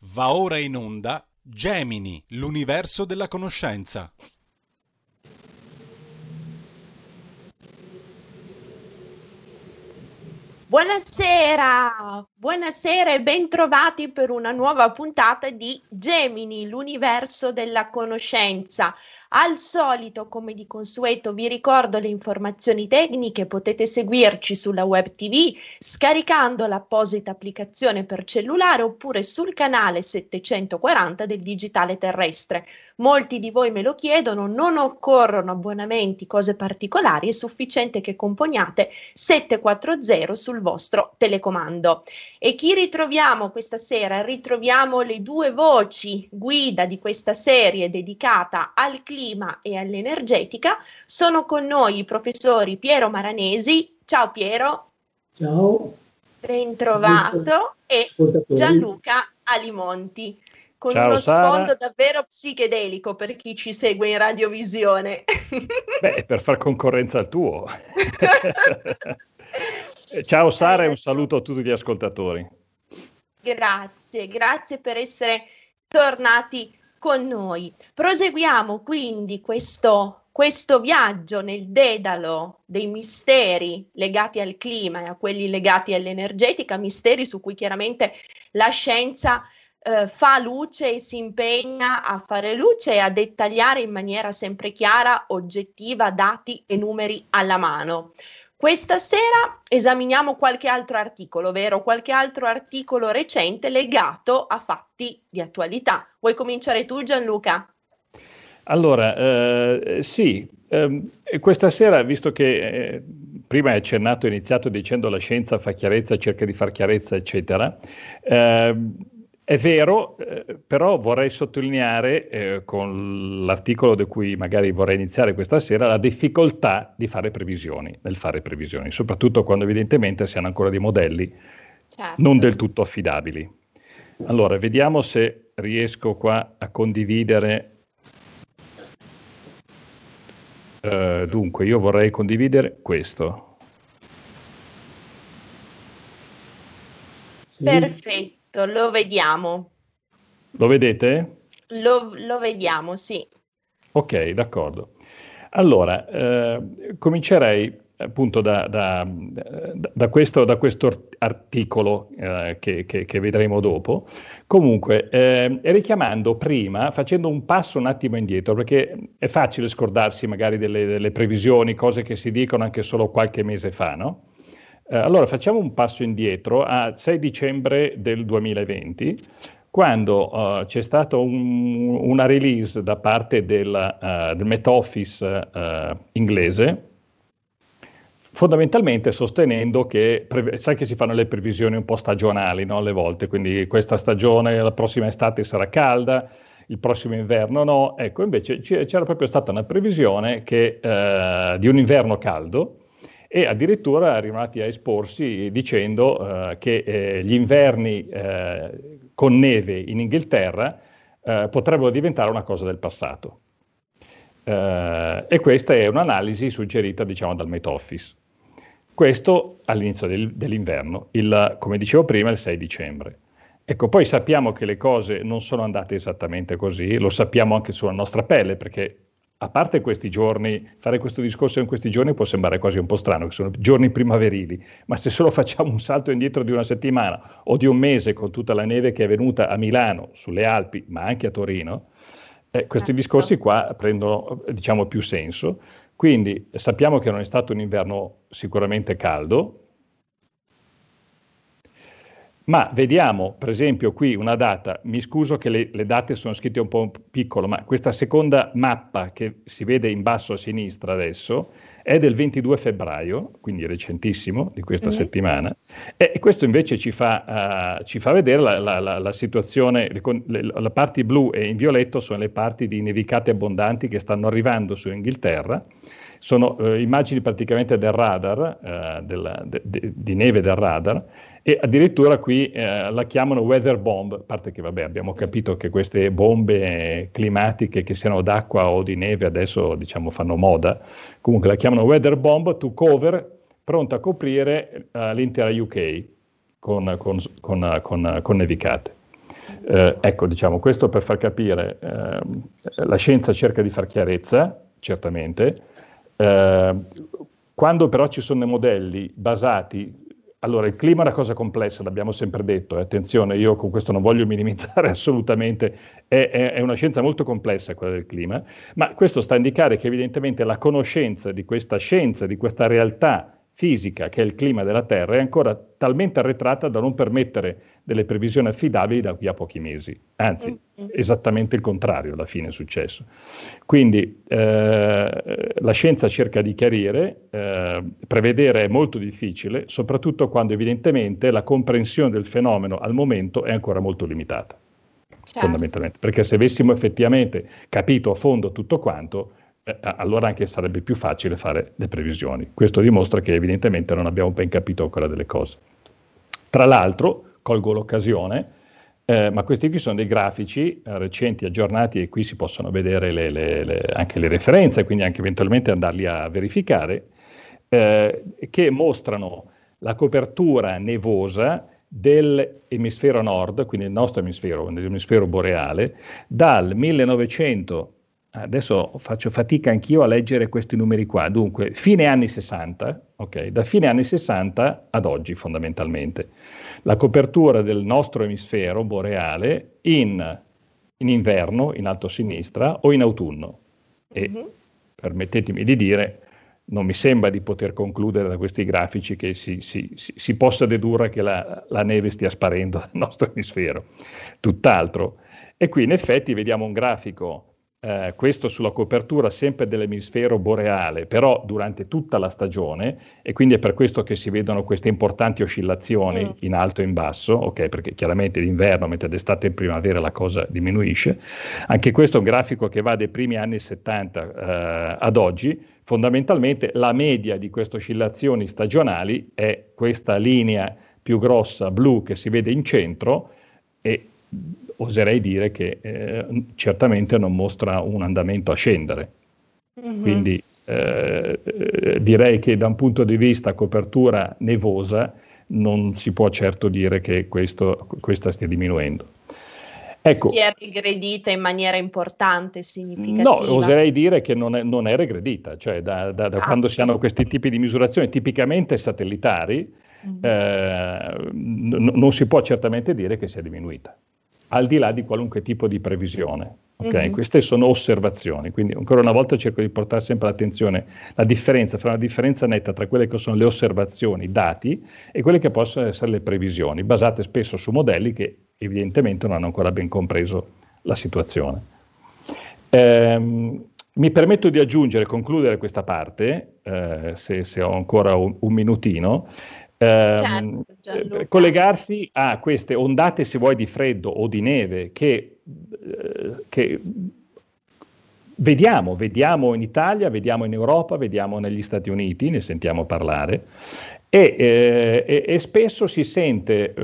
Va ora in onda Gemini, l'universo della conoscenza. Buonasera, buonasera e bentrovati per una nuova puntata di Gemini, l'universo della conoscenza. Al solito, come di consueto, vi ricordo le informazioni tecniche, potete seguirci sulla web TV scaricando l'apposita applicazione per cellulare oppure sul canale 740 del digitale terrestre. Molti di voi me lo chiedono, non occorrono abbonamenti, cose particolari, è sufficiente che componiate 740 sul vostro telecomando. E chi ritroviamo questa sera? Ritroviamo le due voci guida di questa serie dedicata al clima e all'energetica. Sono con noi i professori Piero Maranesi. Ciao Piero. Ciao. Ben trovato. E Gianluca Alimonti. Con Ciao, uno Sara. sfondo davvero psichedelico per chi ci segue in radiovisione. Beh, per far concorrenza al tuo. Ciao Sara e un saluto a tutti gli ascoltatori. Grazie per essere tornati con noi. Proseguiamo quindi questo viaggio nel dedalo dei misteri legati al clima e a quelli legati all'energetica, misteri su cui chiaramente la scienza fa luce e si impegna a fare luce e a dettagliare in maniera sempre chiara, oggettiva, dati e numeri alla mano. Questa sera esaminiamo qualche altro articolo, vero? Qualche altro articolo recente legato a fatti di attualità. Vuoi cominciare tu, Gianluca? Allora, sì, questa sera, visto che prima hai accennato, iniziato dicendo la scienza fa chiarezza, cerca di far chiarezza, eccetera, è vero, però vorrei sottolineare con l'articolo da cui magari vorrei iniziare questa sera la difficoltà di fare previsioni, nel fare previsioni, soprattutto quando evidentemente si hanno ancora dei modelli non del tutto affidabili. Allora, vediamo se riesco qua a condividere. Dunque, io vorrei condividere questo. Sì. Perfetto, lo vediamo. Lo vedete? Lo vediamo, sì. Ok, d'accordo. Allora, comincerei appunto da questo articolo che vedremo dopo. Comunque, richiamando prima, facendo un passo un attimo indietro, perché è facile scordarsi magari delle previsioni, cose che si dicono anche solo qualche mese fa, no? Allora, facciamo un passo indietro a 6 dicembre del 2020, quando c'è stata una release da parte del Met Office inglese, fondamentalmente sostenendo che, sai che si fanno le previsioni un po' stagionali, no? Alle volte, quindi questa stagione, la prossima estate sarà calda, il prossimo inverno no, ecco, invece c'era proprio stata una previsione di un inverno caldo, e addirittura arrivati a esporsi dicendo che gli inverni con neve in Inghilterra potrebbero diventare una cosa del passato. E questa è un'analisi suggerita, diciamo, dal Met Office. Questo all'inizio dell'inverno, come dicevo prima, il 6 dicembre. Ecco, poi sappiamo che le cose non sono andate esattamente così, lo sappiamo anche sulla nostra pelle, perché a parte questi giorni, fare questo discorso in questi giorni può sembrare quasi un po' strano, che sono giorni primaverili, ma se solo facciamo un salto indietro di una settimana o di un mese con tutta la neve che è venuta a Milano, sulle Alpi, ma anche a Torino, questi discorsi qua prendono, diciamo, più senso. Quindi sappiamo che non è stato un inverno sicuramente caldo, ma vediamo per esempio qui una data, mi scuso che le date sono scritte un po' piccolo, ma questa seconda mappa che si vede in basso a sinistra adesso è del 22 febbraio, quindi recentissimo, di questa settimana, e questo invece ci fa vedere la situazione, le parti blu e in violetto sono le parti di nevicate abbondanti che stanno arrivando su Inghilterra. Sono immagini praticamente del radar, di neve del radar, e addirittura qui la chiamano weather bomb, a parte che vabbè abbiamo capito che queste bombe climatiche che siano d'acqua o di neve adesso diciamo fanno moda, comunque la chiamano weather bomb to cover, pronta a coprire l'intera UK con nevicate. Ecco, diciamo, questo per far capire, la scienza cerca di far chiarezza, certamente, quando però ci sono modelli basati. Allora, il clima è una cosa complessa, l'abbiamo sempre detto, attenzione, io con questo non voglio minimizzare assolutamente, è una scienza molto complessa quella del clima, ma questo sta a indicare che evidentemente la conoscenza di questa scienza, di questa realtà fisica che è il clima della Terra, è ancora talmente arretrata da non permettere delle previsioni affidabili da qui a pochi mesi, anzi, esattamente il contrario alla fine è successo. Quindi la scienza cerca di chiarire, prevedere è molto difficile, soprattutto quando evidentemente la comprensione del fenomeno al momento è ancora molto limitata, fondamentalmente, perché se avessimo effettivamente capito a fondo tutto quanto, allora anche sarebbe più facile fare le previsioni. Questo dimostra che evidentemente non abbiamo ben capito ancora delle cose. Tra l'altro, colgo l'occasione, ma questi qui sono dei grafici recenti, aggiornati, e qui si possono vedere anche le referenze, quindi anche eventualmente andarli a verificare, che mostrano la copertura nevosa dell'emisfero nord, quindi il nostro emisfero, l'emisfero boreale, dal 1900, adesso faccio fatica anch'io a leggere questi numeri qua, dunque fine anni 60, ok, da fine anni 60 ad oggi fondamentalmente. La copertura del nostro emisfero boreale in inverno, in alto a sinistra, o in autunno. E permettetemi di dire, non mi sembra di poter concludere da questi grafici che si possa dedurre che la neve stia sparendo dal nostro emisfero. Tutt'altro. E qui in effetti vediamo un grafico, questo sulla copertura sempre dell'emisfero boreale, però durante tutta la stagione, e quindi è per questo che si vedono queste importanti oscillazioni in alto e in basso, ok, perché chiaramente d'inverno, mentre d'estate e primavera la cosa diminuisce. Anche questo è un grafico che va dai primi anni 70 ad oggi. Fondamentalmente la media di queste oscillazioni stagionali è questa linea più grossa blu che si vede in centro, e oserei dire che certamente non mostra un andamento a scendere. Quindi direi che da un punto di vista copertura nevosa non si può certo dire che questa stia diminuendo. Ecco, si è regredita in maniera importante, significativa. No, oserei dire che non è regredita, cioè da quando si hanno questi tipi di misurazioni tipicamente satellitari, non si può certamente dire che sia diminuita, al di là di qualunque tipo di previsione. Okay? Queste sono osservazioni, quindi ancora una volta cerco di portare sempre l'attenzione, la differenza, fra una differenza netta tra quelle che sono le osservazioni, dati, e quelle che possono essere le previsioni, basate spesso su modelli che evidentemente non hanno ancora ben compreso la situazione. Mi permetto di aggiungere, concludere questa parte, se ho ancora un minutino, certo, collegarsi a queste ondate, se vuoi, di freddo o di neve che vediamo in Italia, vediamo in Europa, vediamo negli Stati Uniti, ne sentiamo parlare, e spesso si sente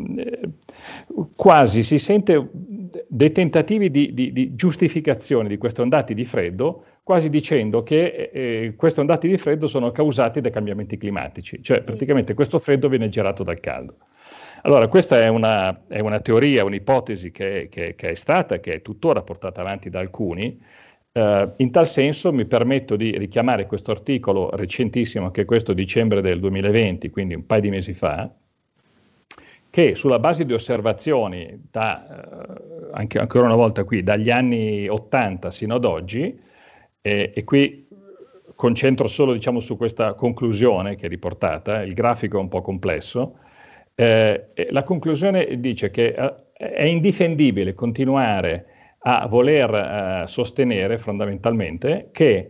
dei tentativi di giustificazione di queste ondate di freddo, quasi dicendo che queste ondate di freddo sono causate dai cambiamenti climatici, cioè praticamente questo freddo viene gerato dal caldo. Allora, questa è una teoria, un'ipotesi che è tuttora portata avanti da alcuni. In tal senso mi permetto di richiamare questo articolo recentissimo, che è questo dicembre del 2020, quindi un paio di mesi fa, che sulla base di osservazioni, anche ancora una volta qui, dagli anni 80 sino ad oggi, e qui concentro solo, diciamo, su questa conclusione che è riportata, il grafico è un po' complesso. La conclusione dice che è indifendibile continuare a voler sostenere fondamentalmente che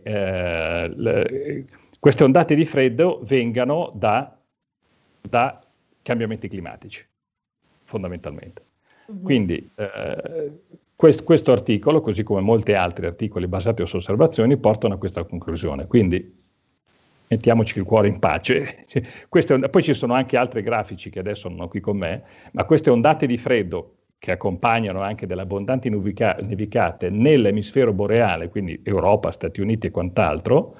queste ondate di freddo vengano da cambiamenti climatici, fondamentalmente. Quindi questo articolo, così come molti altri articoli basati su osservazioni, portano a questa conclusione. Quindi mettiamoci il cuore in pace. Poi ci sono anche altri grafici che adesso non ho qui con me, ma queste ondate di freddo che accompagnano anche delle abbondanti nevicate nell'emisfero boreale, quindi Europa, Stati Uniti e quant'altro,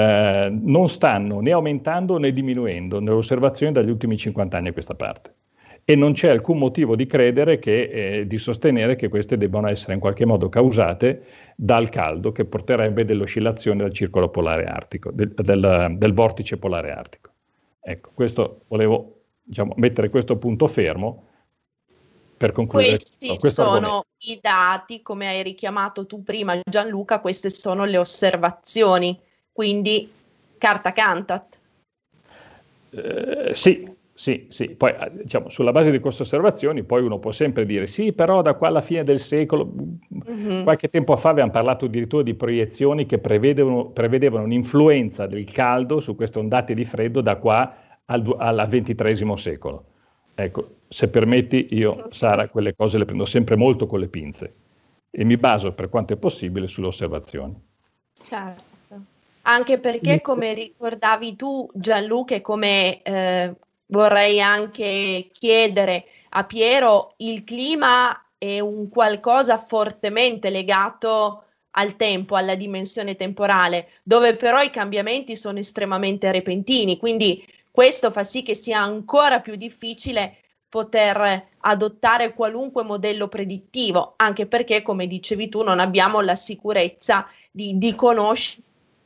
non stanno né aumentando né diminuendo nelle osservazioni dagli ultimi 50 anni a questa parte. e non c'è alcun motivo di credere di sostenere che queste debbano essere in qualche modo causate dal caldo che porterebbe delle oscillazioni del circolo polare artico, del vortice polare artico. Ecco, questo volevo, diciamo, mettere questo punto fermo per concludere. Questi sono i dati, come hai richiamato tu prima, Gianluca, queste sono le osservazioni, quindi carta cantat. Sì. Poi diciamo, sulla base di queste osservazioni poi uno può sempre dire sì, però da qua alla fine del secolo, qualche tempo fa abbiamo parlato addirittura di proiezioni che prevedevano un'influenza del caldo su queste ondate di freddo da qua al XXIII secolo. Ecco, se permetti io, Sara, quelle cose le prendo sempre molto con le pinze e mi baso per quanto è possibile sulle osservazioni. Certo, anche perché come ricordavi tu, Gianluca, e come vorrei anche chiedere a Piero, il clima è un qualcosa fortemente legato al tempo, alla dimensione temporale, dove però i cambiamenti sono estremamente repentini, quindi questo fa sì che sia ancora più difficile poter adottare qualunque modello predittivo, anche perché, come dicevi tu, non abbiamo la sicurezza di conoscere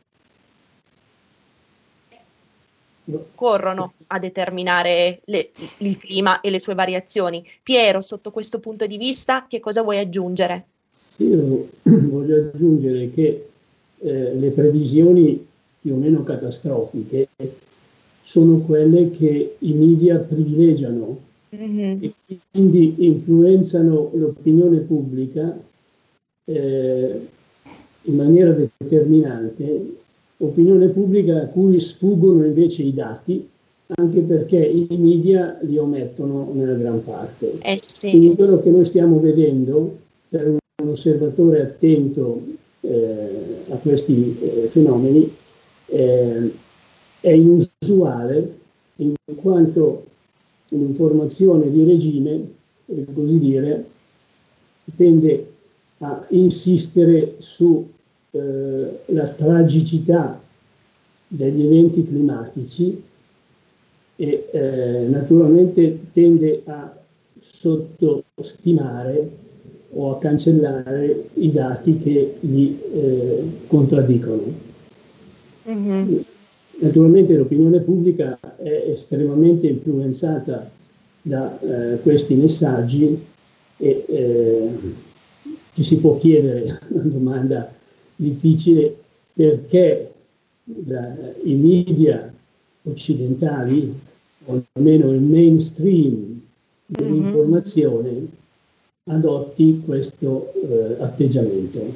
corrono a determinare il clima e le sue variazioni. Piero, sotto questo punto di vista, che cosa vuoi aggiungere? Sì, io voglio aggiungere che le previsioni più o meno catastrofiche sono quelle che i media privilegiano e quindi influenzano l'opinione pubblica in maniera determinante, opinione pubblica a cui sfuggono invece i dati, anche perché i media li omettono nella gran parte. Sì. Quindi quello che noi stiamo vedendo per un osservatore attento a questi fenomeni è inusuale, in quanto l'informazione di regime, per così dire, tende a insistere su la tragicità degli eventi climatici e naturalmente tende a sottostimare o a cancellare i dati che li contraddicono. Naturalmente l'opinione pubblica è estremamente influenzata da questi messaggi e ci si può chiedere una domanda difficile: perché i media occidentali, o almeno il mainstream dell'informazione, adotti questo atteggiamento.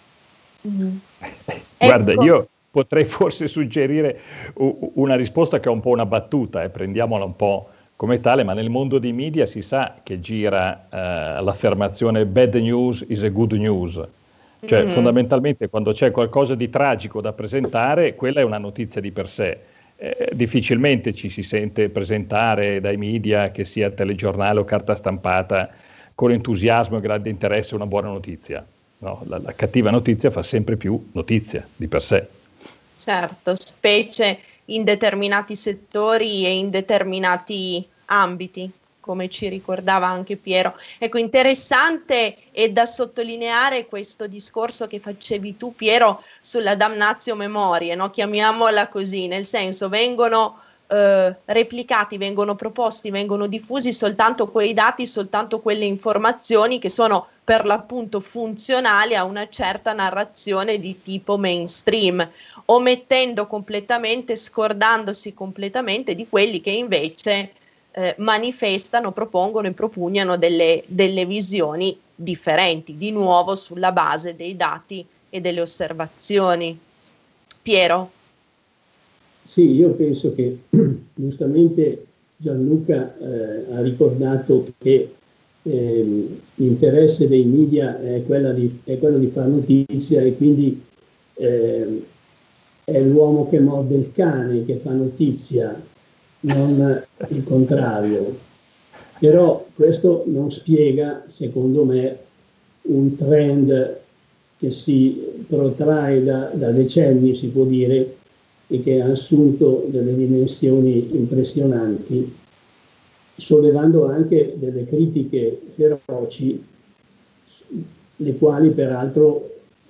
Guarda, Ecco. io potrei forse suggerire una risposta che è un po' una battuta, prendiamola un po' come tale, ma nel mondo dei media si sa che gira l'affermazione bad news is a good news. Cioè fondamentalmente quando c'è qualcosa di tragico da presentare, quella è una notizia di per sé. Difficilmente ci si sente presentare dai media, che sia telegiornale o carta stampata, con entusiasmo e grande interesse una buona notizia. No, la cattiva notizia fa sempre più notizia di per sé. Certo, specie in determinati settori e in determinati ambiti, come ci ricordava anche Piero. Ecco, interessante e da sottolineare questo discorso che facevi tu, Piero, sulla damnatio memoriae, no? Chiamiamola così, nel senso vengono replicati, vengono proposti, vengono diffusi soltanto quei dati, soltanto quelle informazioni che sono per l'appunto funzionali a una certa narrazione di tipo mainstream, omettendo completamente, scordandosi completamente di quelli che invece manifestano, propongono e propugnano delle visioni differenti, di nuovo sulla base dei dati e delle osservazioni. Piero? Sì, io penso che giustamente Gianluca ha ricordato che l'interesse dei media è quello di fare notizia, e quindi è l'uomo che morde il cane che fa notizia, non il contrario. Però questo non spiega, secondo me, un trend che si protrae da decenni, si può dire, e che ha assunto delle dimensioni impressionanti, sollevando anche delle critiche feroci, le quali peraltro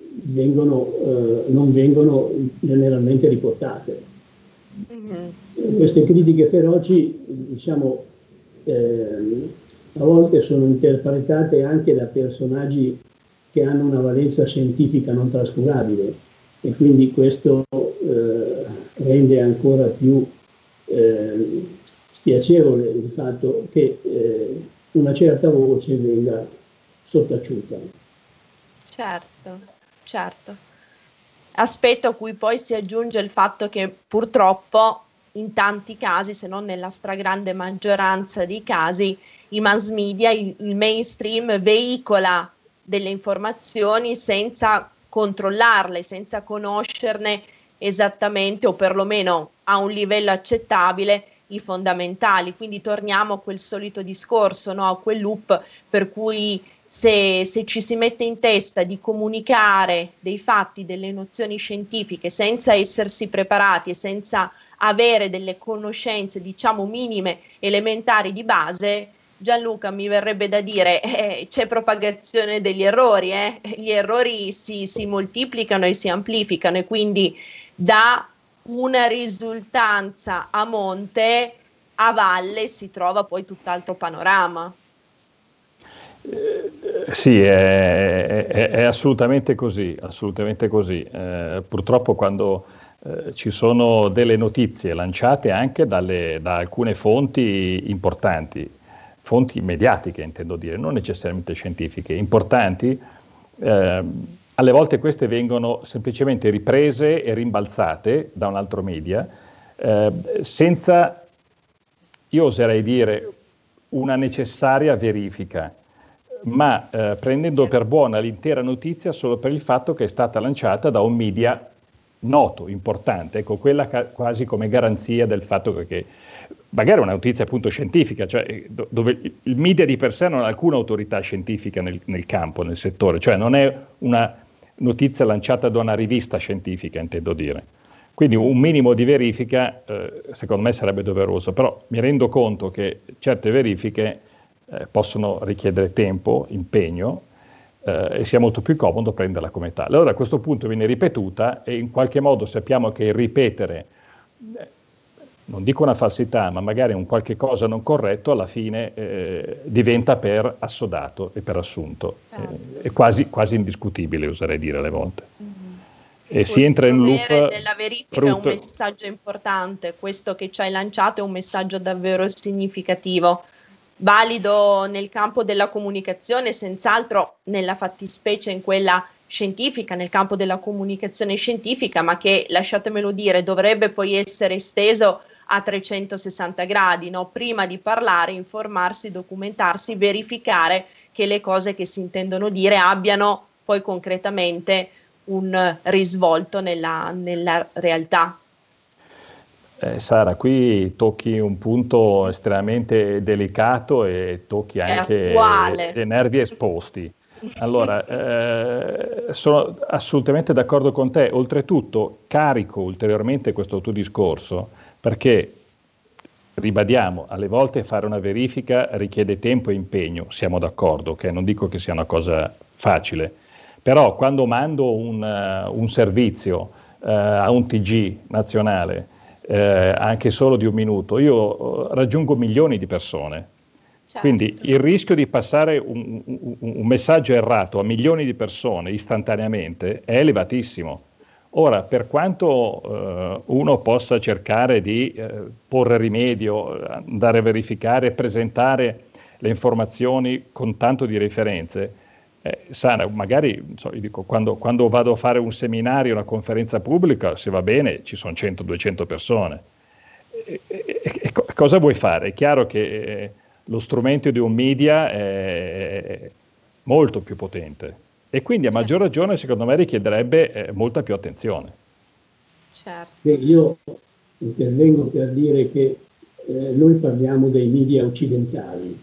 non vengono generalmente riportate. Queste critiche feroci, diciamo, a volte sono interpretate anche da personaggi che hanno una valenza scientifica non trascurabile, e quindi questo rende ancora più spiacevole il fatto che una certa voce venga sottaciuta. Certo. Aspetto a cui poi si aggiunge il fatto che purtroppo in tanti casi, se non nella stragrande maggioranza dei casi, i mass media, il mainstream veicola delle informazioni senza controllarle, senza conoscerne esattamente, o perlomeno a un livello accettabile, i fondamentali. Quindi torniamo a quel solito discorso, no? A quel loop per cui se ci si mette in testa di comunicare dei fatti, delle nozioni scientifiche senza essersi preparati e senza avere delle conoscenze, diciamo, minime, elementari di base, Gianluca, mi verrebbe da dire, c'è propagazione degli errori, gli errori si moltiplicano e si amplificano, e quindi da una risultanza a monte, a valle si trova poi tutt'altro panorama. Sì, è assolutamente così, assolutamente così. Purtroppo quando ci sono delle notizie lanciate anche da alcune fonti importanti, fonti mediatiche intendo dire, non necessariamente scientifiche, importanti, alle volte queste vengono semplicemente riprese e rimbalzate da un altro media, senza, io oserei dire, una necessaria verifica, ma prendendo per buona l'intera notizia solo per il fatto che è stata lanciata da un media noto, importante, ecco, quella quasi come garanzia del fatto che magari una notizia appunto scientifica, cioè dove il media di per sé non ha alcuna autorità scientifica nel campo, nel settore, cioè non è una notizia lanciata da una rivista scientifica, intendo dire. Quindi un minimo di verifica secondo me sarebbe doveroso, però mi rendo conto che certe verifiche possono richiedere tempo, impegno, e sia molto più comodo prenderla come tale. Allora a questo punto viene ripetuta e in qualche modo sappiamo che il ripetere, non dico una falsità, ma magari un qualche cosa non corretto, alla fine diventa per assodato e per assunto, è quasi indiscutibile, oserei dire alle volte. E si entra in loop. Della verifica è un messaggio importante, questo che ci hai lanciato è un messaggio davvero significativo, valido nel campo della comunicazione, senz'altro nella fattispecie in quella scientifica, nel campo della comunicazione scientifica, ma che, lasciatemelo dire, dovrebbe poi essere esteso a 360 gradi, no? Prima di parlare, informarsi, documentarsi, verificare che le cose che si intendono dire abbiano poi concretamente un risvolto nella realtà. Sara, qui tocchi un punto estremamente delicato e tocchi anche dei nervi esposti. Allora, sono assolutamente d'accordo con te. Oltretutto, carico ulteriormente questo tuo discorso, perché, ribadiamo, alle volte fare una verifica richiede tempo e impegno, siamo d'accordo, ok? Non dico che sia una cosa facile, però quando mando un servizio a un TG nazionale, anche solo di un minuto, io raggiungo milioni di persone. Certo. Quindi il rischio di passare un messaggio errato a milioni di persone istantaneamente è elevatissimo. Ora, per quanto uno possa cercare di porre rimedio, andare a verificare, presentare le informazioni con tanto di referenze, Sara, magari io dico, quando vado a fare un seminario, una conferenza pubblica, se va bene ci sono 100-200 persone. Cosa vuoi fare? È chiaro che lo strumento di un media è molto più potente e quindi a maggior ragione secondo me richiederebbe molta più attenzione. Certo. Io intervengo per dire che noi parliamo dei media occidentali.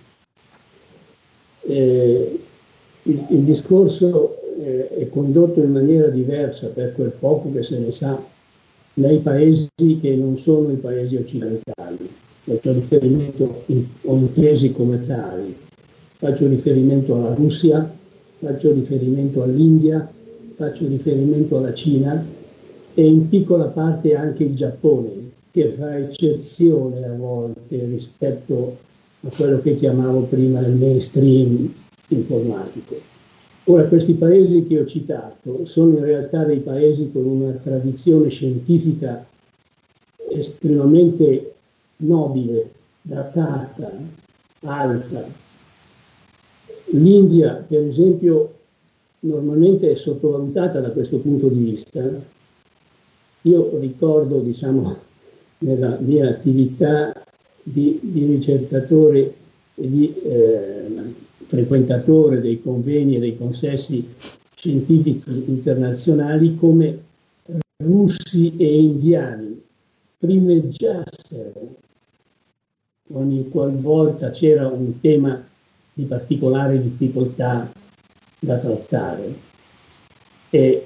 Il discorso è condotto in maniera diversa, per quel poco che se ne sa, nei paesi che non sono i paesi occidentali. faccio riferimento o intesi come tali, faccio riferimento alla Russia, faccio riferimento all'India, faccio riferimento alla Cina e in piccola parte anche il Giappone, che fa eccezione a volte rispetto a quello che chiamavo prima il mainstream informatico. Ora, questi paesi che ho citato sono in realtà dei paesi con una tradizione scientifica estremamente nobile, datata, alta. L'India, per esempio, normalmente è sottovalutata da questo punto di vista. Io ricordo, diciamo, nella mia attività di ricercatore e di frequentatore dei convegni e dei consessi scientifici internazionali, come russi e indiani primeggiassero ogni qualvolta c'era un tema di particolare difficoltà da trattare. E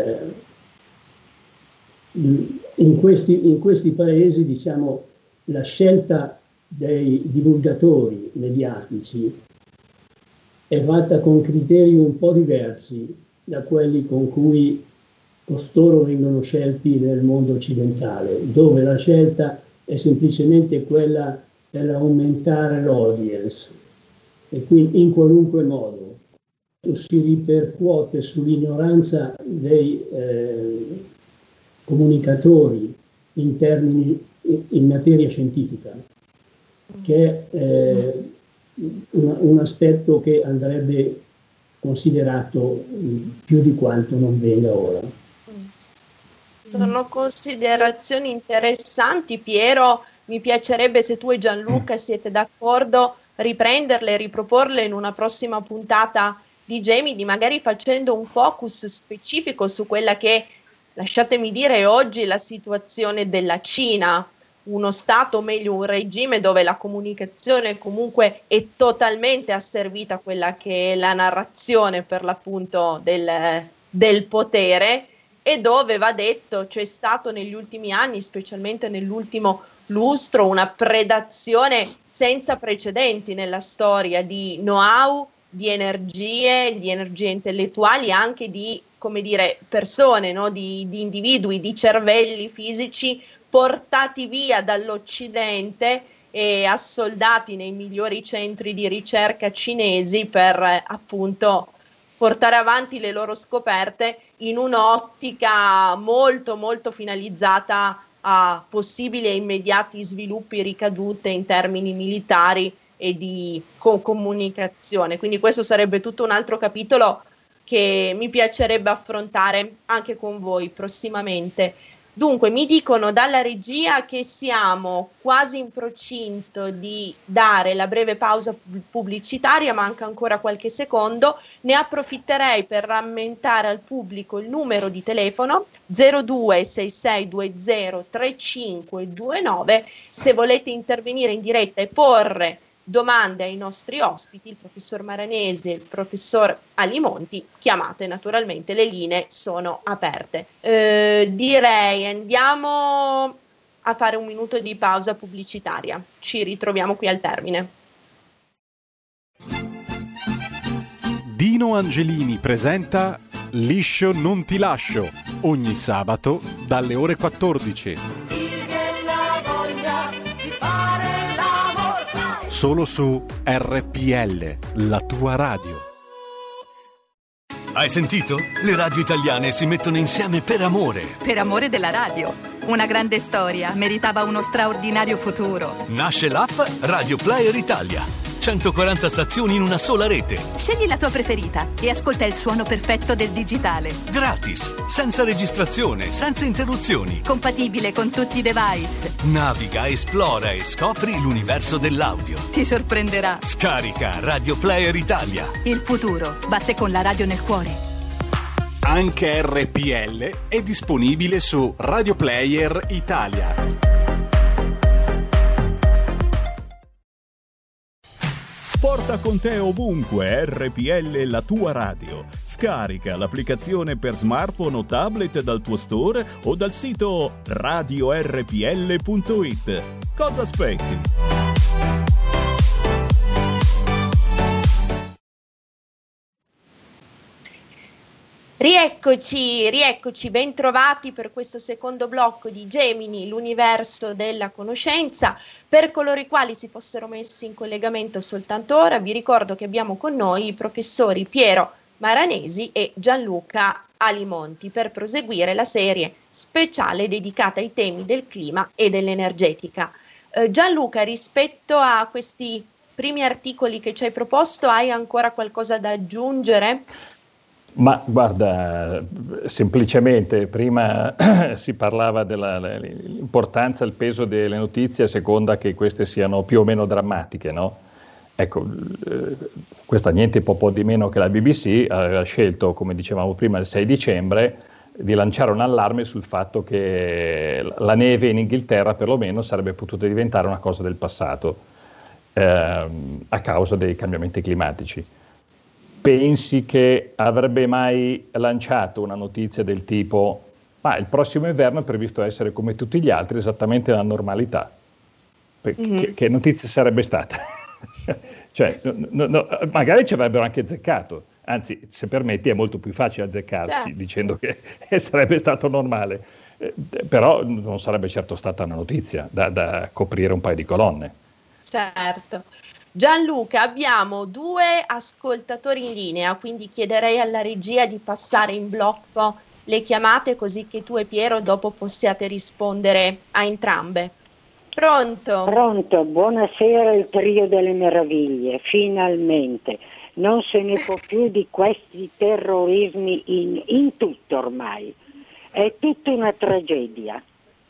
in questi paesi, diciamo, la scelta dei divulgatori mediatici è fatta con criteri un po' diversi da quelli con cui costoro vengono scelti nel mondo occidentale, dove la scelta è semplicemente quella per aumentare l'audience, e quindi in qualunque modo si ripercuote sull'ignoranza dei comunicatori in materia scientifica, che è un aspetto che andrebbe considerato più di quanto non venga ora. Sono considerazioni interessanti, Piero. Mi piacerebbe, se tu e Gianluca siete d'accordo, riprenderle e riproporle in una prossima puntata di Gemini, magari facendo un focus specifico su quella che, lasciatemi dire, oggi la situazione della Cina, uno stato, o meglio un regime dove la comunicazione comunque è totalmente asservita a quella che è la narrazione, per l'appunto, del potere, e dove, va detto, c'è stato negli ultimi anni, specialmente nell'ultimo lustro, una predazione senza precedenti nella storia di know-how, di energie intellettuali, anche di, come dire, persone, no? di individui, di cervelli fisici portati via dall'Occidente e assoldati nei migliori centri di ricerca cinesi per appunto portare avanti le loro scoperte in un'ottica molto molto finalizzata a possibili e immediati sviluppi, ricadute in termini militari e di comunicazione. Quindi questo sarebbe tutto un altro capitolo che mi piacerebbe affrontare anche con voi prossimamente. Dunque, mi dicono dalla regia che siamo quasi in procinto di dare la breve pausa pubblicitaria, manca ancora qualche secondo. Ne approfitterei per rammentare al pubblico il numero di telefono 0266203529 se volete intervenire in diretta e porre domande ai nostri ospiti, il professor Maranesi e il professor Alimonti. Chiamate, naturalmente, le linee sono aperte. Direi andiamo a fare un minuto di pausa pubblicitaria. Ci ritroviamo qui al termine. Dino Angelini presenta Liscio non ti lascio, ogni sabato dalle ore 14. Solo su RPL, la tua radio. Hai sentito? Le radio italiane si mettono insieme per amore. Per amore della radio. Una grande storia meritava uno straordinario futuro. Nasce l'app Radio Player Italia. 140 stazioni in una sola rete. Scegli la tua preferita e ascolta il suono perfetto del digitale. Gratis, senza registrazione, senza interruzioni. Compatibile con tutti i device. Naviga, esplora e scopri l'universo dell'audio. Ti sorprenderà. Scarica Radio Player Italia. Il futuro batte con la radio nel cuore. Anche RPL è disponibile su Radio Player Italia. Porta con te ovunque RPL, la tua radio. Scarica l'applicazione per smartphone o tablet dal tuo store o dal sito radiorpl.it. Cosa aspetti? Rieccoci, ben trovati per questo secondo blocco di Gemini, l'universo della conoscenza. Per coloro i quali si fossero messi in collegamento soltanto ora, vi ricordo che abbiamo con noi i professori Piero Maranesi e Gianluca Alimonti per proseguire la serie speciale dedicata ai temi del clima e dell'energetica. Gianluca, rispetto a questi primi articoli che ci hai proposto, hai ancora qualcosa da aggiungere? Ma guarda, semplicemente prima si parlava dell'importanza, il peso delle notizie a seconda che queste siano più o meno drammatiche, no? Ecco, questa niente po' di meno che la BBC aveva scelto, come dicevamo prima, il 6 dicembre, di lanciare un allarme sul fatto che la neve in Inghilterra perlomeno sarebbe potuta diventare una cosa del passato a causa dei cambiamenti climatici. Pensi che avrebbe mai lanciato una notizia del tipo il prossimo inverno è previsto essere come tutti gli altri, esattamente la normalità? Che notizia sarebbe stata? Cioè, magari ci avrebbero anche azzeccato, anzi, se permetti è molto più facile azzeccarsi dicendo che sarebbe stato normale, però non sarebbe certo stata una notizia da coprire un paio di colonne. Certo. Gianluca, abbiamo 2 ascoltatori in linea, quindi chiederei alla regia di passare in blocco le chiamate così che tu e Piero dopo possiate rispondere a entrambe. Pronto? Pronto, buonasera il trio delle meraviglie, finalmente. Non se ne può più di questi terrorismi in tutto ormai. È tutta una tragedia.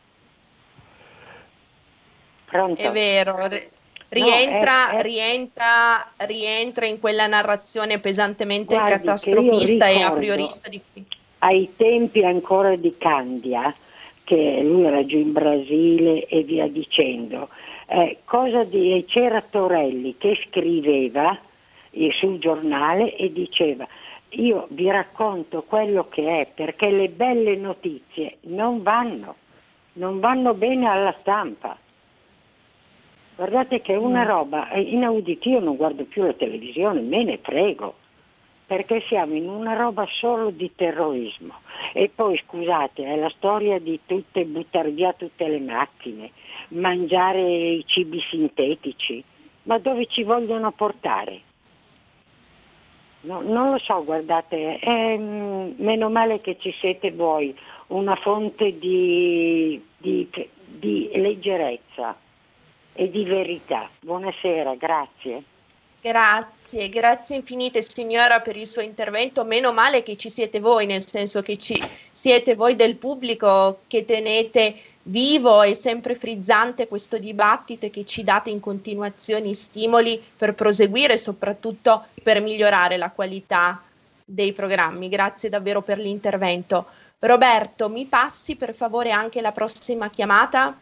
Pronto? È vero. Rientra in quella narrazione pesantemente catastrofista e a priorista di ai tempi ancora di Candia, che lui era giù in Brasile e via dicendo, c'era Torelli che scriveva sul giornale e diceva: io vi racconto quello che è, perché le belle notizie non vanno bene alla stampa. Guardate che è una roba inaudita. Io non guardo più la televisione, me ne frego, perché siamo in una roba solo di terrorismo. E poi scusate, è la storia di buttare via tutte le macchine, mangiare i cibi sintetici, ma dove ci vogliono portare? No, non lo so, guardate, meno male che ci siete voi, una fonte di leggerezza e di verità. Buonasera, grazie. Grazie infinite signora per il suo intervento. Meno male che ci siete voi, nel senso che ci siete voi del pubblico che tenete vivo e sempre frizzante questo dibattito e che ci date in continuazione stimoli per proseguire e soprattutto per migliorare la qualità dei programmi. Grazie davvero per l'intervento. Roberto, mi passi per favore anche la prossima chiamata?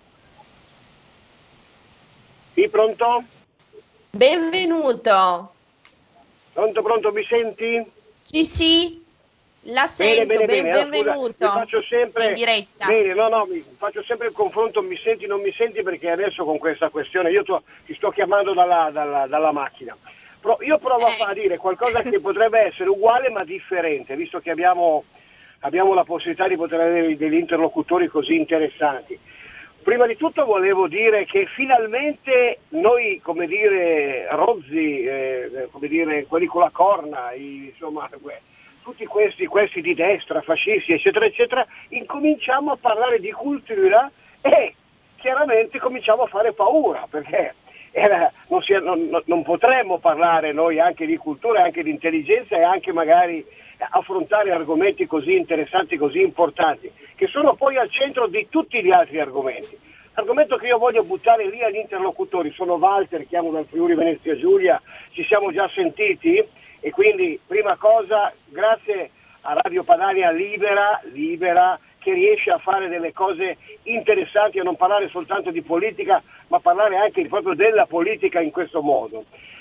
Sì, pronto? Benvenuto. Pronto, mi senti? Sì, la sento, bene. benvenuto. Scusa, faccio sempre in diretta. Bene, faccio sempre il confronto, mi senti, non mi senti, perché adesso con questa questione io ti sto chiamando dalla macchina. Io provo a dire qualcosa che potrebbe essere uguale ma differente, visto che abbiamo la possibilità di poter avere degli interlocutori così interessanti. Prima di tutto volevo dire che finalmente noi, come dire, rozzi, quelli con la corna, tutti questi di destra, fascisti, eccetera, eccetera, incominciamo a parlare di cultura e chiaramente cominciamo a fare paura, perché non potremmo parlare noi anche di cultura, anche di intelligenza e anche magari affrontare argomenti così interessanti, così importanti, che sono poi al centro di tutti gli altri argomenti. L'argomento che io voglio buttare lì agli interlocutori, sono Walter, chiamo dal Friuli Venezia Giulia, ci siamo già sentiti e quindi prima cosa grazie a Radio Padania Libera che riesce a fare delle cose interessanti, a non parlare soltanto di politica ma parlare anche proprio della politica in questo modo.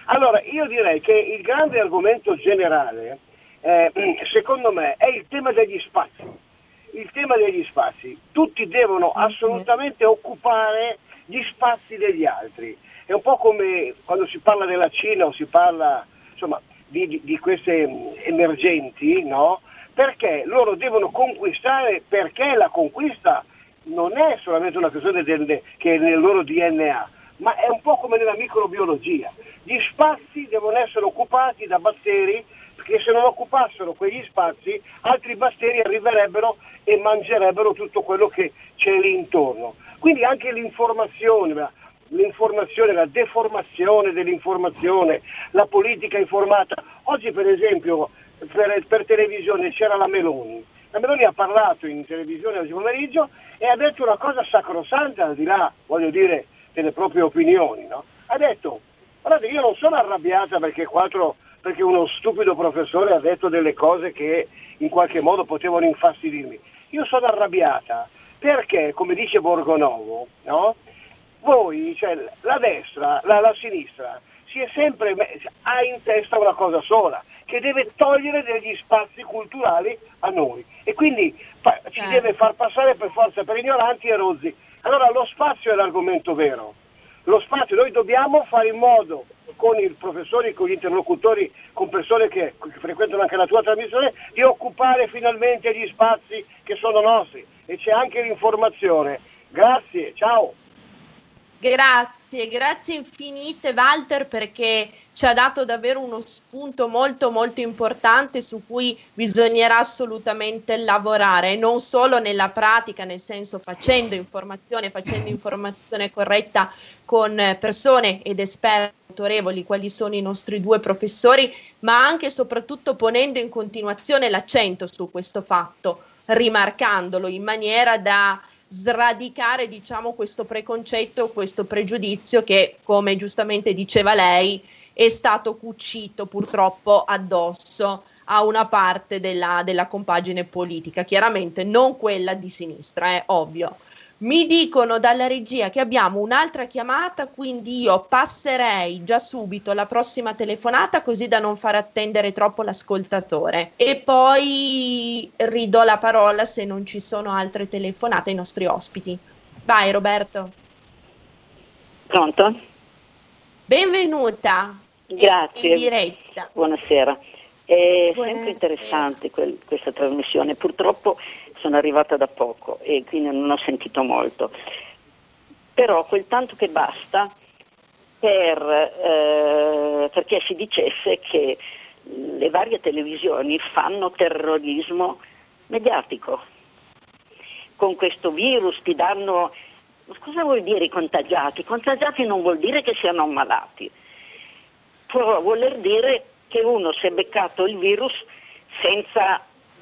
Allora, io direi che il grande argomento generale, secondo me, è il tema degli spazi. Il tema degli spazi. Tutti devono assolutamente occupare gli spazi degli altri. È un po' come quando si parla della Cina o si parla, insomma, di queste emergenti, no? Perché loro devono conquistare, perché la conquista non è solamente una questione che è nel loro DNA, ma è un po' come nella microbiologia. Gli spazi devono essere occupati da batteri, perché se non occupassero quegli spazi, altri batteri arriverebbero e mangerebbero tutto quello che c'è lì intorno. Quindi anche l'informazione, la deformazione dell'informazione, la politica informata. Oggi per esempio per televisione c'era la Meloni. La Meloni ha parlato in televisione oggi pomeriggio e ha detto una cosa sacrosanta, al di là, voglio dire, delle proprie opinioni, no? Ha detto, guardate, io non sono arrabbiata perché uno stupido professore ha detto delle cose che in qualche modo potevano infastidirmi. Io sono arrabbiata perché, come dice Borgonovo, no? Voi, cioè la destra, la sinistra, ha in testa una cosa sola, che deve togliere degli spazi culturali a noi e quindi ci deve far passare per forza per ignoranti e rozzi. Allora lo spazio è l'argomento vero. Lo spazio, noi dobbiamo fare in modo con i professori, con gli interlocutori, con persone che frequentano anche la tua trasmissione, di occupare finalmente gli spazi che sono nostri, e c'è anche l'informazione. Grazie, ciao. Grazie infinite Walter, perché ci ha dato davvero uno spunto molto molto importante su cui bisognerà assolutamente lavorare, non solo nella pratica, nel senso facendo informazione corretta con persone ed esperti autorevoli quali sono i nostri due professori, ma anche e soprattutto ponendo in continuazione l'accento su questo fatto, rimarcandolo in maniera da sradicare, diciamo, questo preconcetto, questo pregiudizio che, come giustamente diceva lei, è stato cucito purtroppo addosso a una parte della compagine politica, chiaramente non quella di sinistra, è ovvio. Mi dicono dalla regia che abbiamo un'altra chiamata, quindi io passerei già subito alla prossima telefonata, così da non far attendere troppo l'ascoltatore, e poi ridò la parola, se non ci sono altre telefonate, ai nostri ospiti. Vai Roberto. Pronto? Benvenuta. Grazie. In diretta. Buonasera. È sempre interessante questa trasmissione. Purtroppo sono arrivata da poco e quindi non ho sentito molto. Però quel tanto che basta perché si dicesse che le varie televisioni fanno terrorismo mediatico. Con questo virus ti danno... Cosa vuol dire i contagiati? Contagiati non vuol dire che siano ammalati. Può voler dire che uno si è beccato il virus senza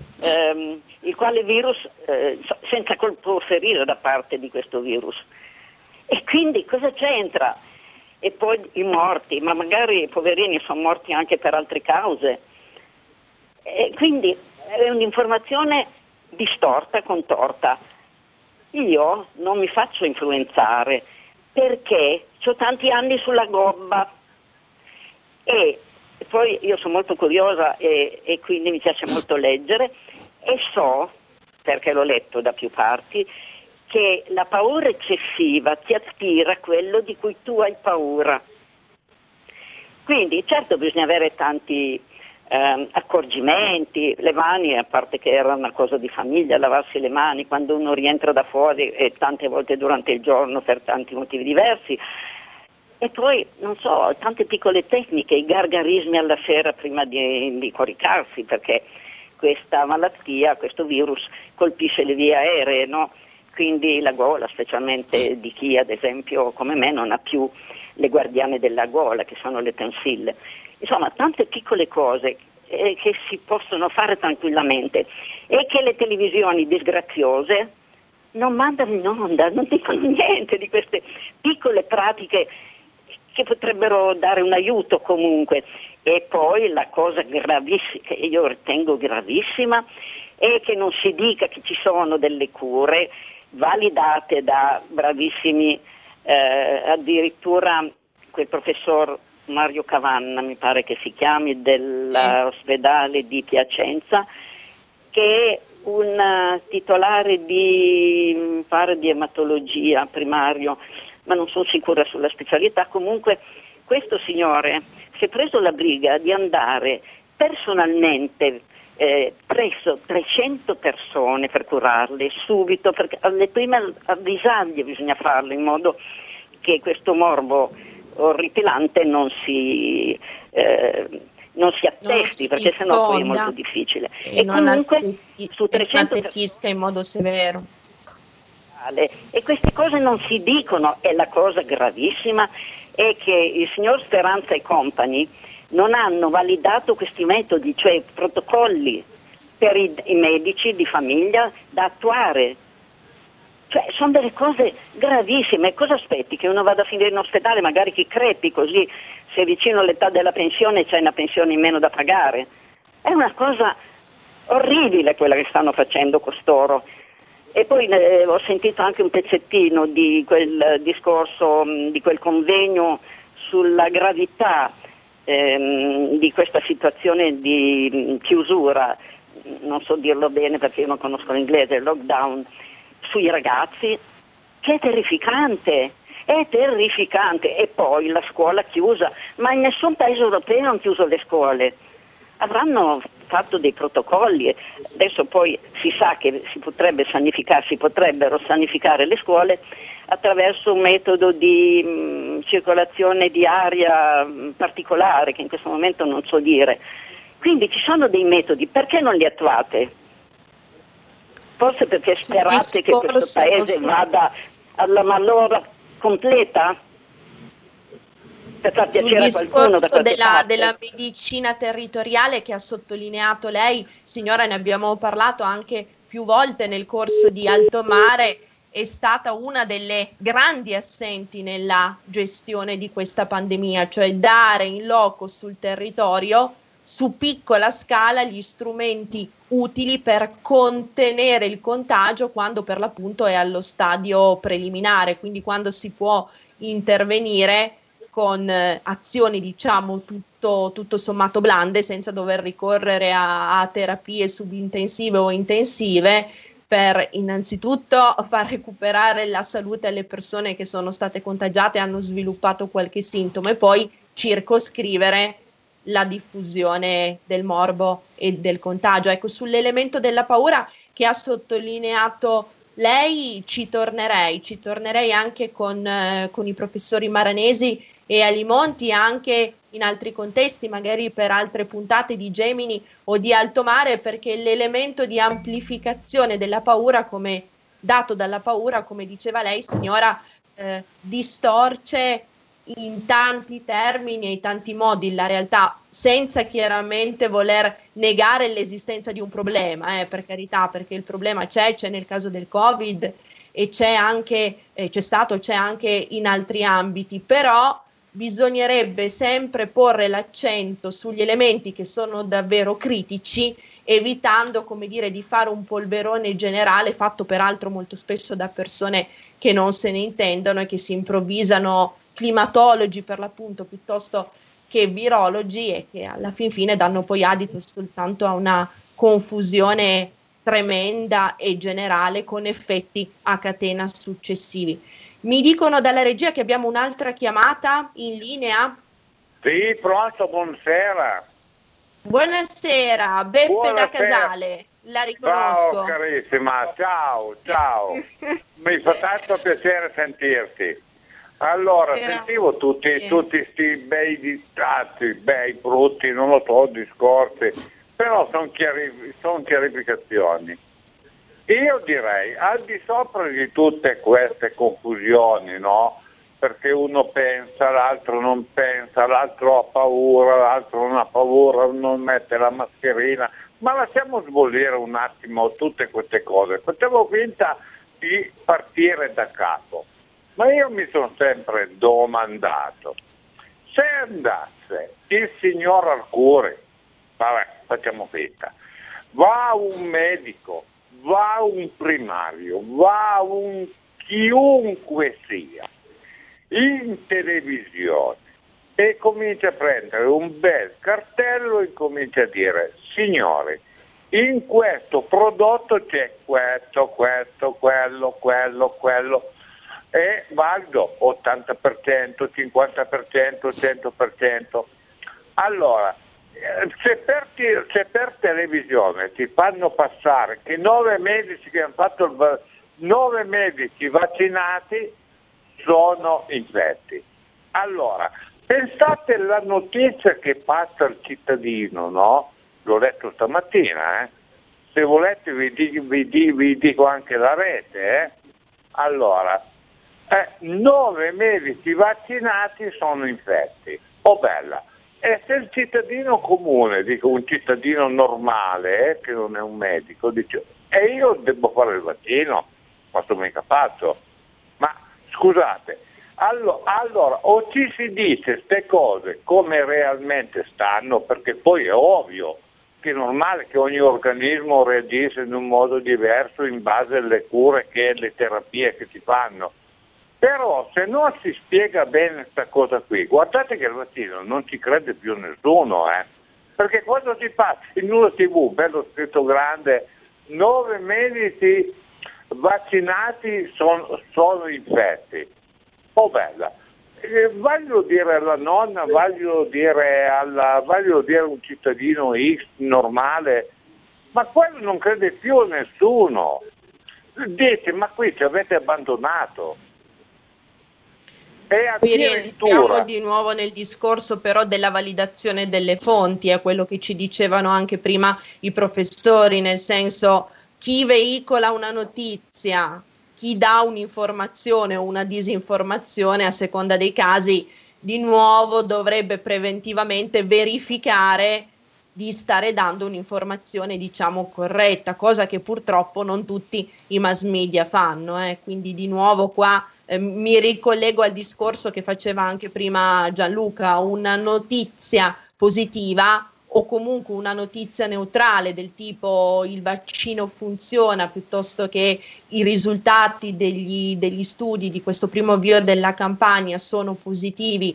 senza colpo ferire da parte di questo virus. E quindi cosa c'entra? E poi i morti, ma magari i poverini sono morti anche per altre cause. E quindi è un'informazione distorta, contorta. Io non mi faccio influenzare perché ho tanti anni sulla gobba e poi io sono molto curiosa e quindi mi piace molto leggere e so, perché l'ho letto da più parti, che la paura eccessiva ti attira quello di cui tu hai paura. Quindi certo bisogna avere tanti accorgimenti, le mani, a parte che era una cosa di famiglia, lavarsi le mani quando uno rientra da fuori e tante volte durante il giorno per tanti motivi diversi. E poi, non so, tante piccole tecniche, i gargarismi alla sera prima di coricarsi, perché questa malattia, questo virus colpisce le vie aeree, no? Quindi la gola, specialmente di chi ad esempio come me non ha più le guardiane della gola, che sono le tonsille. Insomma, tante piccole cose che si possono fare tranquillamente e che le televisioni disgraziose non mandano in onda, non dicono niente di queste piccole pratiche che potrebbero dare un aiuto comunque. E poi la cosa gravissima, che io ritengo gravissima, è che non si dica che ci sono delle cure validate da bravissimi, addirittura quel professor Mario Cavanna, mi pare che si chiami, dell'ospedale di Piacenza, che è un titolare di ematologia primario, ma non sono sicura sulla specialità. Comunque questo signore si è preso la briga di andare personalmente presso 300 persone per curarle subito, perché alle prime avvisaglie bisogna farlo in modo che questo morbo orripilante non si attesti, perché sennò poi è molto difficile. E comunque su 300 persone in modo severo. E queste cose non si dicono, e la cosa gravissima è che il signor Speranza e compagni non hanno validato questi metodi, cioè protocolli per i medici di famiglia da attuare. Cioè, sono delle cose gravissime. Cosa aspetti? Che uno vada a finire in ospedale, magari che crepi, così se è vicino all'età della pensione c'è una pensione in meno da pagare? È una cosa orribile quella che stanno facendo costoro. E poi ho sentito anche un pezzettino di quel discorso, di quel convegno sulla gravità di questa situazione di chiusura, non so dirlo bene perché io non conosco l'inglese, lockdown, sui ragazzi, che è terrificante. E poi la scuola chiusa, ma in nessun paese europeo hanno chiuso le scuole. Avranno fatto dei protocolli, adesso poi si sa che si potrebbero sanificare le scuole attraverso un metodo di circolazione di aria particolare che in questo momento non so dire. Quindi ci sono dei metodi, perché non li attuate? Forse perché sperate che questo paese vada alla malora completa? Per far piacere a qualcuno della medicina territoriale che ha sottolineato lei, signora, ne abbiamo parlato anche più volte nel corso di Alto Mare, è stata una delle grandi assenti nella gestione di questa pandemia, cioè dare in loco sul territorio, su piccola scala, gli strumenti utili per contenere il contagio quando per l'appunto è allo stadio preliminare, quindi quando si può intervenire con azioni diciamo tutto sommato blande, senza dover ricorrere a terapie subintensive o intensive, per innanzitutto far recuperare la salute alle persone che sono state contagiate e hanno sviluppato qualche sintomo, e poi circoscrivere la diffusione del morbo e del contagio. Ecco, sull'elemento della paura che ha sottolineato lei ci tornerei anche con i professori Maranesi e Alimonti, anche in altri contesti, magari per altre puntate di Gemini o di Alto Mare, perché l'elemento di amplificazione della paura, come dato dalla paura, come diceva lei, signora, distorce in tanti termini e in tanti modi la realtà, senza chiaramente voler negare l'esistenza di un problema, per carità, perché il problema c'è nel caso del Covid e c'è anche in altri ambiti, però bisognerebbe sempre porre l'accento sugli elementi che sono davvero critici, evitando, come dire, di fare un polverone generale, fatto peraltro molto spesso da persone che non se ne intendono e che si improvvisano climatologi per l'appunto piuttosto che virologi, e che alla fin fine danno poi adito soltanto a una confusione tremenda e generale con effetti a catena successivi. Mi dicono dalla regia che abbiamo un'altra chiamata in linea. Sì, pronto, buonasera. Buonasera, Beppe da Casale, la riconosco. Ciao carissima, ciao. Mi fa tanto piacere sentirti. Allora, sentivo tutti sti bei dittati, bei, brutti, non lo so, discorsi, però sono chiarificazioni. Io direi, al di sopra di tutte queste confusioni, no? Perché uno pensa, l'altro non pensa, l'altro ha paura, l'altro non ha paura, non mette la mascherina, ma lasciamo sbollire un attimo tutte queste cose. Facevo finta di partire da capo, ma io mi sono sempre domandato, se andasse il signor Arcuri, vabbè, facciamo finta, va un medico, va un primario, va un chiunque sia in televisione e comincia a prendere un bel cartello e comincia a dire: signori, in questo prodotto c'è questo, quello, è valido 80%, 50%, 100%. Allora, se per televisione ti fanno passare che 9 medici che hanno fatto 9 medici vaccinati sono infetti, allora pensate alla notizia che passa al cittadino, no? L'ho letto stamattina, se volete vi dico anche la rete, Allora, 9 medici vaccinati sono infetti, bella. E se il cittadino comune, dico un cittadino normale, che non è un medico, dice: e io devo fare il vaccino? Ma sono mica fatto. Ma scusate, allora o ci si dice queste cose come realmente stanno, perché poi è ovvio che è normale che ogni organismo reagisca in un modo diverso in base alle cure e alle terapie che si fanno. Però se non si spiega bene questa cosa qui, guardate che il vaccino non ci crede più nessuno, perché quando si passa in una TV, bello scritto grande, 9 medici vaccinati sono infetti, bella. Voglio dire alla nonna, voglio dire a un cittadino X normale, ma quello non crede più a nessuno. Dice: ma qui ci avete abbandonato. E qui rientriamo di nuovo nel discorso però della validazione delle fonti, è quello che ci dicevano anche prima i professori, nel senso, chi veicola una notizia, chi dà un'informazione o una disinformazione a seconda dei casi, di nuovo dovrebbe preventivamente verificare di stare dando un'informazione, diciamo, corretta, cosa che purtroppo non tutti i mass media fanno, quindi di nuovo qua mi ricollego al discorso che faceva anche prima Gianluca: una notizia positiva o comunque una notizia neutrale del tipo il vaccino funziona, piuttosto che i risultati degli studi di questo primo avvio della campagna sono positivi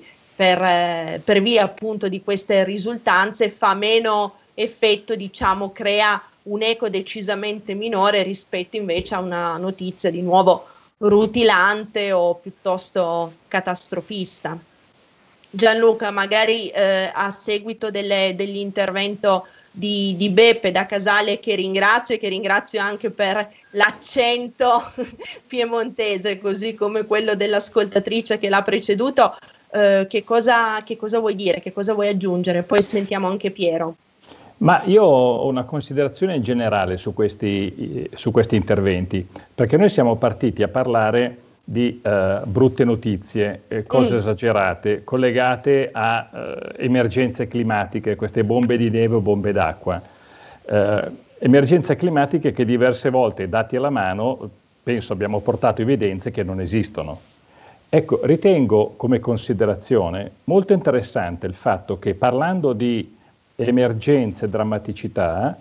per via appunto di queste risultanze, fa meno effetto, diciamo, crea un eco decisamente minore rispetto invece a una notizia di nuovo rutilante o piuttosto catastrofista. Gianluca, magari a seguito dell'intervento di Beppe da Casale, che ringrazio anche per l'accento piemontese, così come quello dell'ascoltatrice che l'ha preceduto, che cosa vuoi dire, che cosa vuoi aggiungere? Poi sentiamo anche Piero. Ma io ho una considerazione in generale su questi interventi, perché noi siamo partiti a parlare di brutte notizie, cose esagerate, collegate a emergenze climatiche, queste bombe di neve o bombe d'acqua. Emergenze climatiche che diverse volte, dati alla mano, penso abbiamo portato evidenze che non esistono. Ecco, ritengo come considerazione molto interessante il fatto che, parlando di emergenze e drammaticità,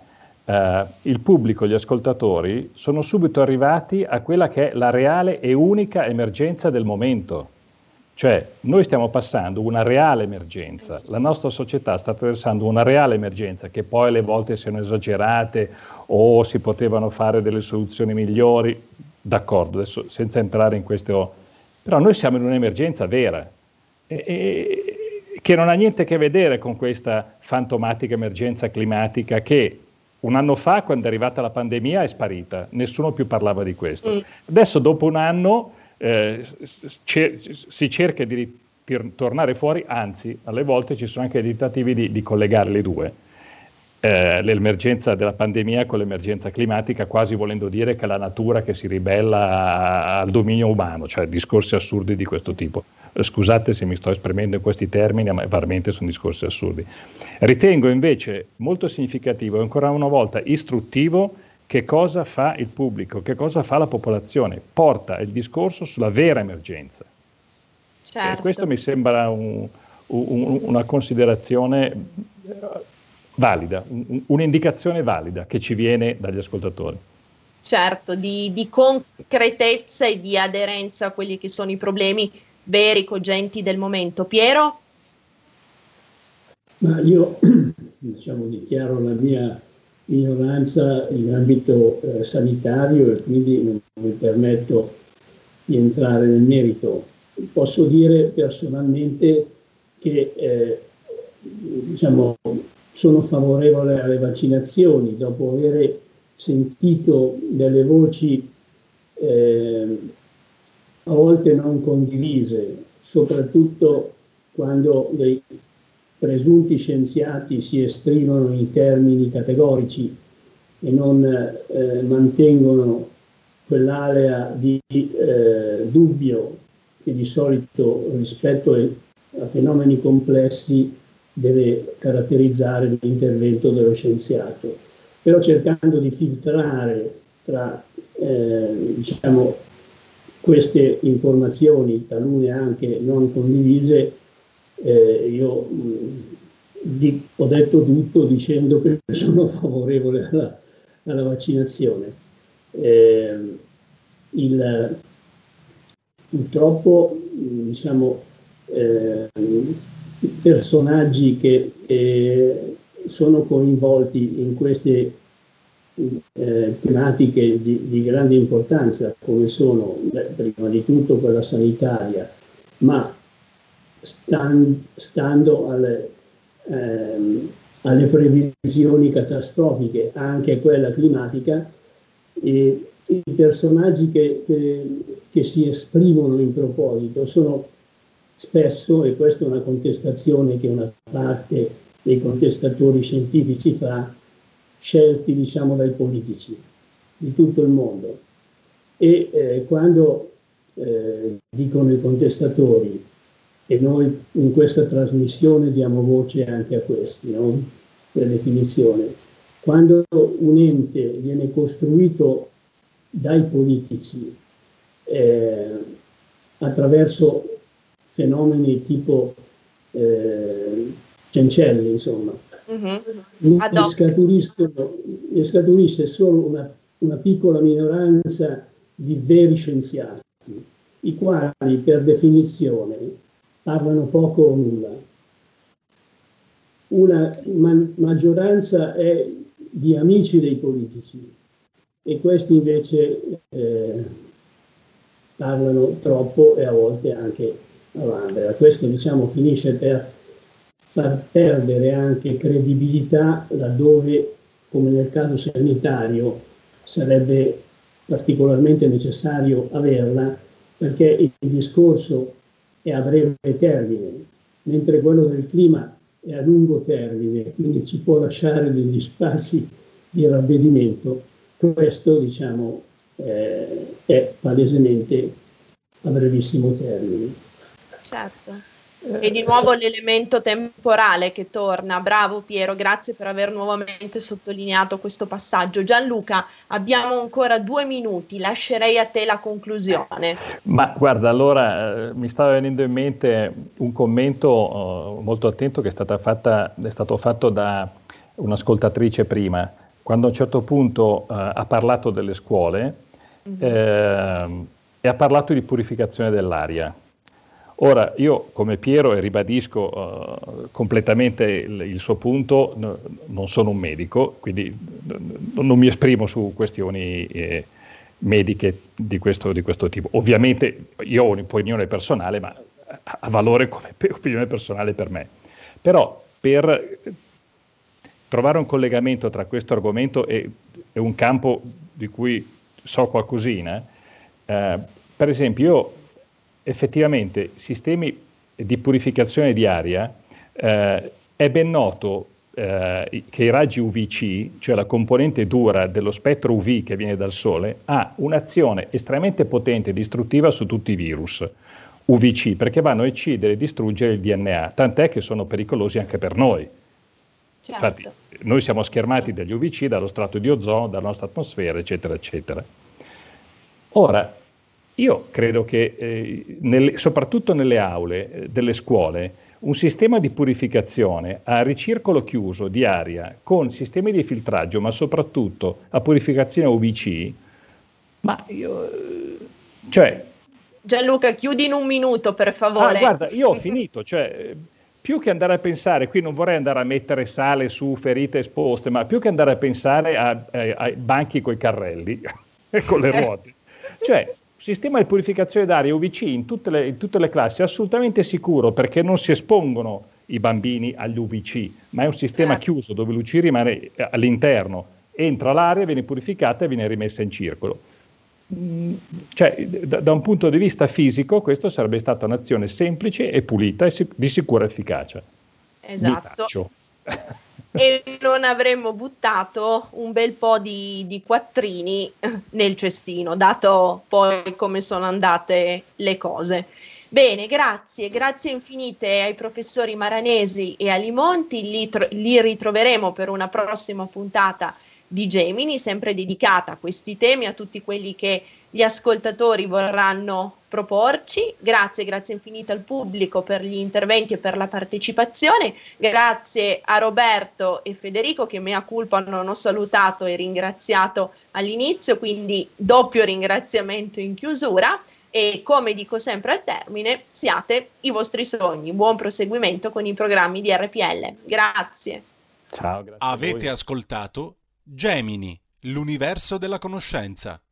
il pubblico, gli ascoltatori sono subito arrivati a quella che è la reale e unica emergenza del momento. Cioè, noi stiamo passando una reale emergenza, la nostra società sta attraversando una reale emergenza, che poi alle volte siano esagerate o si potevano fare delle soluzioni migliori, d'accordo, adesso senza entrare in questo, però noi siamo in un'emergenza vera che non ha niente a che vedere con questa fantomatica emergenza climatica che un anno fa, quando è arrivata la pandemia, è sparita, nessuno più parlava di questo. Adesso, dopo un anno, si cerca di tornare fuori, anzi, alle volte ci sono anche tentativi di collegare le due, l'emergenza della pandemia con l'emergenza climatica, quasi volendo dire che è la natura che si ribella al dominio umano, cioè discorsi assurdi di questo tipo. Scusate se mi sto esprimendo in questi termini, ma veramente sono discorsi assurdi. Ritengo invece molto significativo e ancora una volta istruttivo che cosa fa il pubblico, che cosa fa la popolazione, porta il discorso sulla vera emergenza. Certo. E questo mi sembra una considerazione valida, un'indicazione valida che ci viene dagli ascoltatori. Certo, di concretezza e di aderenza a quelli che sono i problemi veri, cogenti del momento. Piero? Ma io dichiaro la mia ignoranza in ambito sanitario e quindi non mi permetto di entrare nel merito. Posso dire personalmente che sono favorevole alle vaccinazioni dopo aver sentito delle voci a volte non condivise, soprattutto quando dei presunti scienziati si esprimono in termini categorici e non mantengono quell'area di dubbio che di solito rispetto a fenomeni complessi deve caratterizzare l'intervento dello scienziato, però cercando di filtrare tra queste informazioni, talune anche non condivise, io ho detto tutto dicendo che sono favorevole alla vaccinazione. Purtroppo personaggi che sono coinvolti in queste tematiche di grande importanza, come sono prima di tutto quella sanitaria, ma stando alle previsioni catastrofiche, anche quella climatica, e i personaggi che si esprimono in proposito sono spesso, e questa è una contestazione che una parte dei contestatori scientifici fa, scelti dai politici di tutto il mondo. E quando dicono i contestatori, e noi in questa trasmissione diamo voce anche a questi, no? Per definizione, quando un ente viene costruito dai politici attraverso fenomeni tipo Cencelli, insomma, ne scaturisce solo una piccola minoranza di veri scienziati, i quali per definizione parlano poco o nulla. Una maggioranza è di amici dei politici e questi invece parlano troppo e a volte anche a vanvera. Questo finisce per far perdere anche credibilità laddove, come nel caso sanitario, sarebbe particolarmente necessario averla, perché il discorso è a breve termine, mentre quello del clima è a lungo termine, quindi ci può lasciare degli spazi di ravvedimento. Questo, è palesemente a brevissimo termine. Certo. E di nuovo l'elemento temporale che torna. Bravo Piero, grazie per aver nuovamente sottolineato questo passaggio. Gianluca, abbiamo ancora 2 minuti, lascerei a te la conclusione. Ma guarda, allora mi stava venendo in mente un commento molto attento che è stato fatto da un'ascoltatrice prima, quando a un certo punto ha parlato delle scuole e ha parlato di purificazione dell'aria. Ora, io come Piero, e ribadisco completamente il suo punto, non sono un medico, quindi non mi esprimo su questioni mediche di questo tipo. Ovviamente io ho un'opinione personale, ma ha valore come opinione personale per me. Però per trovare un collegamento tra questo argomento e un campo di cui so qualcosina, per esempio io effettivamente sistemi di purificazione di aria, è ben noto che i raggi UVC, cioè la componente dura dello spettro UV che viene dal Sole, ha un'azione estremamente potente e distruttiva su tutti i virus UVC, perché vanno a incidere e distruggere il DNA, tant'è che sono pericolosi anche per noi. Certo. Infatti, noi siamo schermati dagli UVC, dallo strato di ozono, dalla nostra atmosfera, eccetera, eccetera. Ora, io credo che soprattutto nelle aule delle scuole un sistema di purificazione a ricircolo chiuso di aria con sistemi di filtraggio, ma soprattutto a purificazione UVC, Gianluca, chiudi in 1 minuto per favore. Guarda, io ho finito, più che andare a pensare, qui non vorrei andare a mettere sale su ferite esposte, ma più che andare a pensare ai banchi coi carrelli e con le ruote, cioè sistema di purificazione d'aria UVC in tutte le classi assolutamente sicuro, perché non si espongono i bambini agli UVC, ma è un sistema chiuso dove l'UVC rimane all'interno, entra l'aria, viene purificata e viene rimessa in circolo. Cioè, da un punto di vista fisico, questo sarebbe stata un'azione semplice e pulita e di sicura efficacia. Esatto. E non avremmo buttato un bel po' di quattrini nel cestino, dato poi come sono andate le cose. Bene, grazie infinite ai professori Maranesi e Alimonti, li ritroveremo per una prossima puntata di Gemini, sempre dedicata a questi temi, a tutti quelli che gli ascoltatori vorranno proporci. Grazie infinite al pubblico per gli interventi e per la partecipazione, grazie a Roberto e Federico che mea culpa non ho salutato e ringraziato all'inizio, quindi doppio ringraziamento in chiusura. E come dico sempre al termine, siate i vostri sogni. Buon proseguimento con i programmi di RPL. Grazie. Ciao, grazie. Avete ascoltato Gemini, l'universo della conoscenza,